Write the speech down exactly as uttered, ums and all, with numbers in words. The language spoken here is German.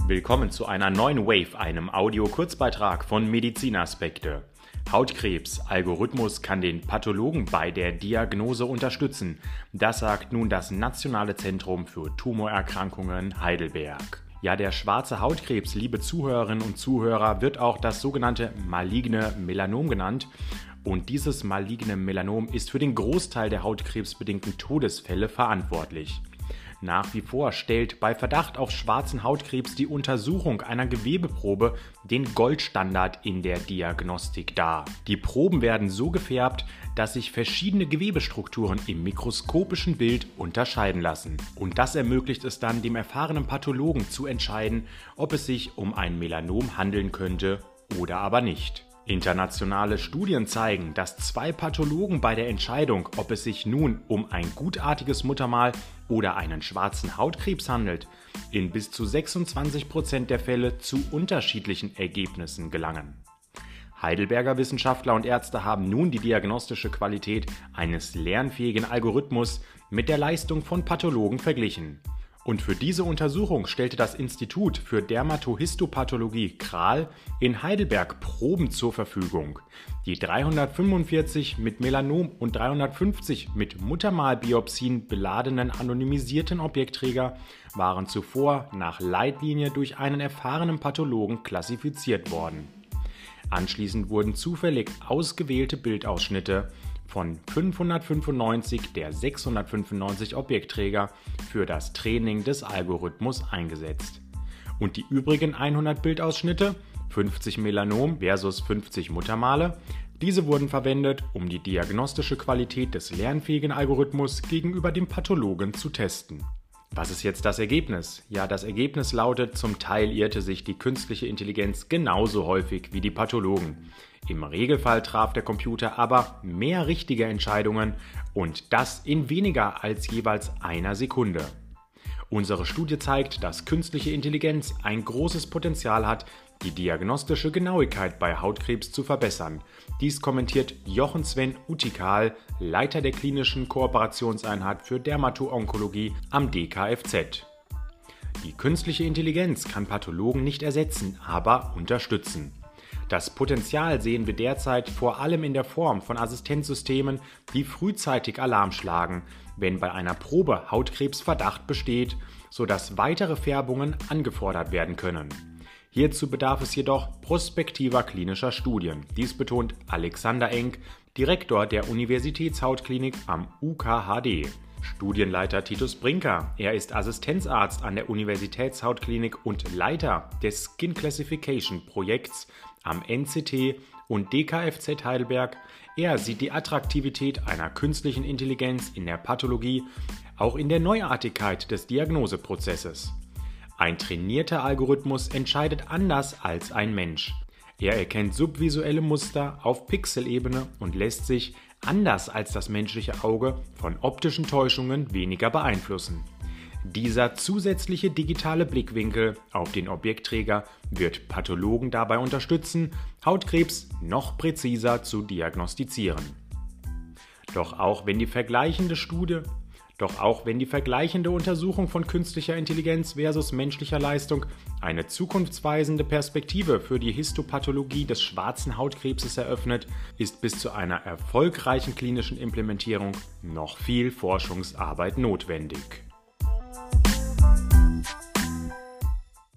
Willkommen zu einer neuen Wave, einem Audio-Kurzbeitrag von Medizinaspekte. Hautkrebs, Algorithmus kann den Pathologen bei der Diagnose unterstützen. Das sagt nun das Nationale Zentrum für Tumorerkrankungen Heidelberg. Ja, der schwarze Hautkrebs, liebe Zuhörerinnen und Zuhörer, wird auch das sogenannte maligne Melanom genannt. Und dieses maligne Melanom ist für den Großteil der hautkrebsbedingten Todesfälle verantwortlich. Nach wie vor stellt bei Verdacht auf schwarzen Hautkrebs die Untersuchung einer Gewebeprobe den Goldstandard in der Diagnostik dar. Die Proben werden so gefärbt, dass sich verschiedene Gewebestrukturen im mikroskopischen Bild unterscheiden lassen. Und das ermöglicht es dann dem erfahrenen Pathologen zu entscheiden, ob es sich um ein Melanom handeln könnte oder aber nicht. Internationale Studien zeigen, dass zwei Pathologen bei der Entscheidung, ob es sich nun um ein gutartiges Muttermal oder einen schwarzen Hautkrebs handelt, in bis zu sechsundzwanzig Prozent der Fälle zu unterschiedlichen Ergebnissen gelangen. Heidelberger Wissenschaftler und Ärzte haben nun die diagnostische Qualität eines lernfähigen Algorithmus mit der Leistung von Pathologen verglichen. Und für diese Untersuchung stellte das Institut für Dermatohistopathologie Kral in Heidelberg Proben zur Verfügung. Die dreihundertfünfundvierzig mit Melanom und dreihundertfünfzig mit Muttermalbiopsien beladenen anonymisierten Objektträger waren zuvor nach Leitlinie durch einen erfahrenen Pathologen klassifiziert worden. Anschließend wurden zufällig ausgewählte Bildausschnitte von fünfhundertfünfundneunzig der sechshundertfünfundneunzig Objektträger für das Training des Algorithmus eingesetzt. Und die übrigen hundert Bildausschnitte, fünfzig Melanom versus fünfzig Muttermale, diese wurden verwendet, um die diagnostische Qualität des lernfähigen Algorithmus gegenüber dem Pathologen zu testen. Was ist jetzt das Ergebnis? Ja, das Ergebnis lautet, zum Teil irrte sich die künstliche Intelligenz genauso häufig wie die Pathologen. Im Regelfall traf der Computer aber mehr richtige Entscheidungen und das in weniger als jeweils einer Sekunde. Unsere Studie zeigt, dass künstliche Intelligenz ein großes Potenzial hat, die diagnostische Genauigkeit bei Hautkrebs zu verbessern. Dies kommentiert Jochen Sven Utikal, Leiter der klinischen Kooperationseinheit für Dermato-Onkologie am D K F Z. Die künstliche Intelligenz kann Pathologen nicht ersetzen, aber unterstützen. Das Potenzial sehen wir derzeit vor allem in der Form von Assistenzsystemen, die frühzeitig Alarm schlagen, wenn bei einer Probe Hautkrebsverdacht besteht, sodass weitere Färbungen angefordert werden können. Hierzu bedarf es jedoch prospektiver klinischer Studien. Dies betont Alexander Enk, Direktor der Universitätshautklinik am U K H D. Studienleiter Titus Brinker, er ist Assistenzarzt an der Universitätshautklinik und Leiter des Skin Classification Projekts am N C T und D K F Z Heidelberg. Er sieht die Attraktivität einer künstlichen Intelligenz in der Pathologie, auch in der Neuartigkeit des Diagnoseprozesses. Ein trainierter Algorithmus entscheidet anders als ein Mensch. Er erkennt subvisuelle Muster auf Pixelebene und lässt sich, anders als das menschliche Auge, von optischen Täuschungen weniger beeinflussen. Dieser zusätzliche digitale Blickwinkel auf den Objektträger wird Pathologen dabei unterstützen, Hautkrebs noch präziser zu diagnostizieren. Doch auch wenn die vergleichende Studie Doch auch wenn die vergleichende Untersuchung von künstlicher Intelligenz versus menschlicher Leistung eine zukunftsweisende Perspektive für die Histopathologie des schwarzen Hautkrebses eröffnet, ist bis zu einer erfolgreichen klinischen Implementierung noch viel Forschungsarbeit notwendig.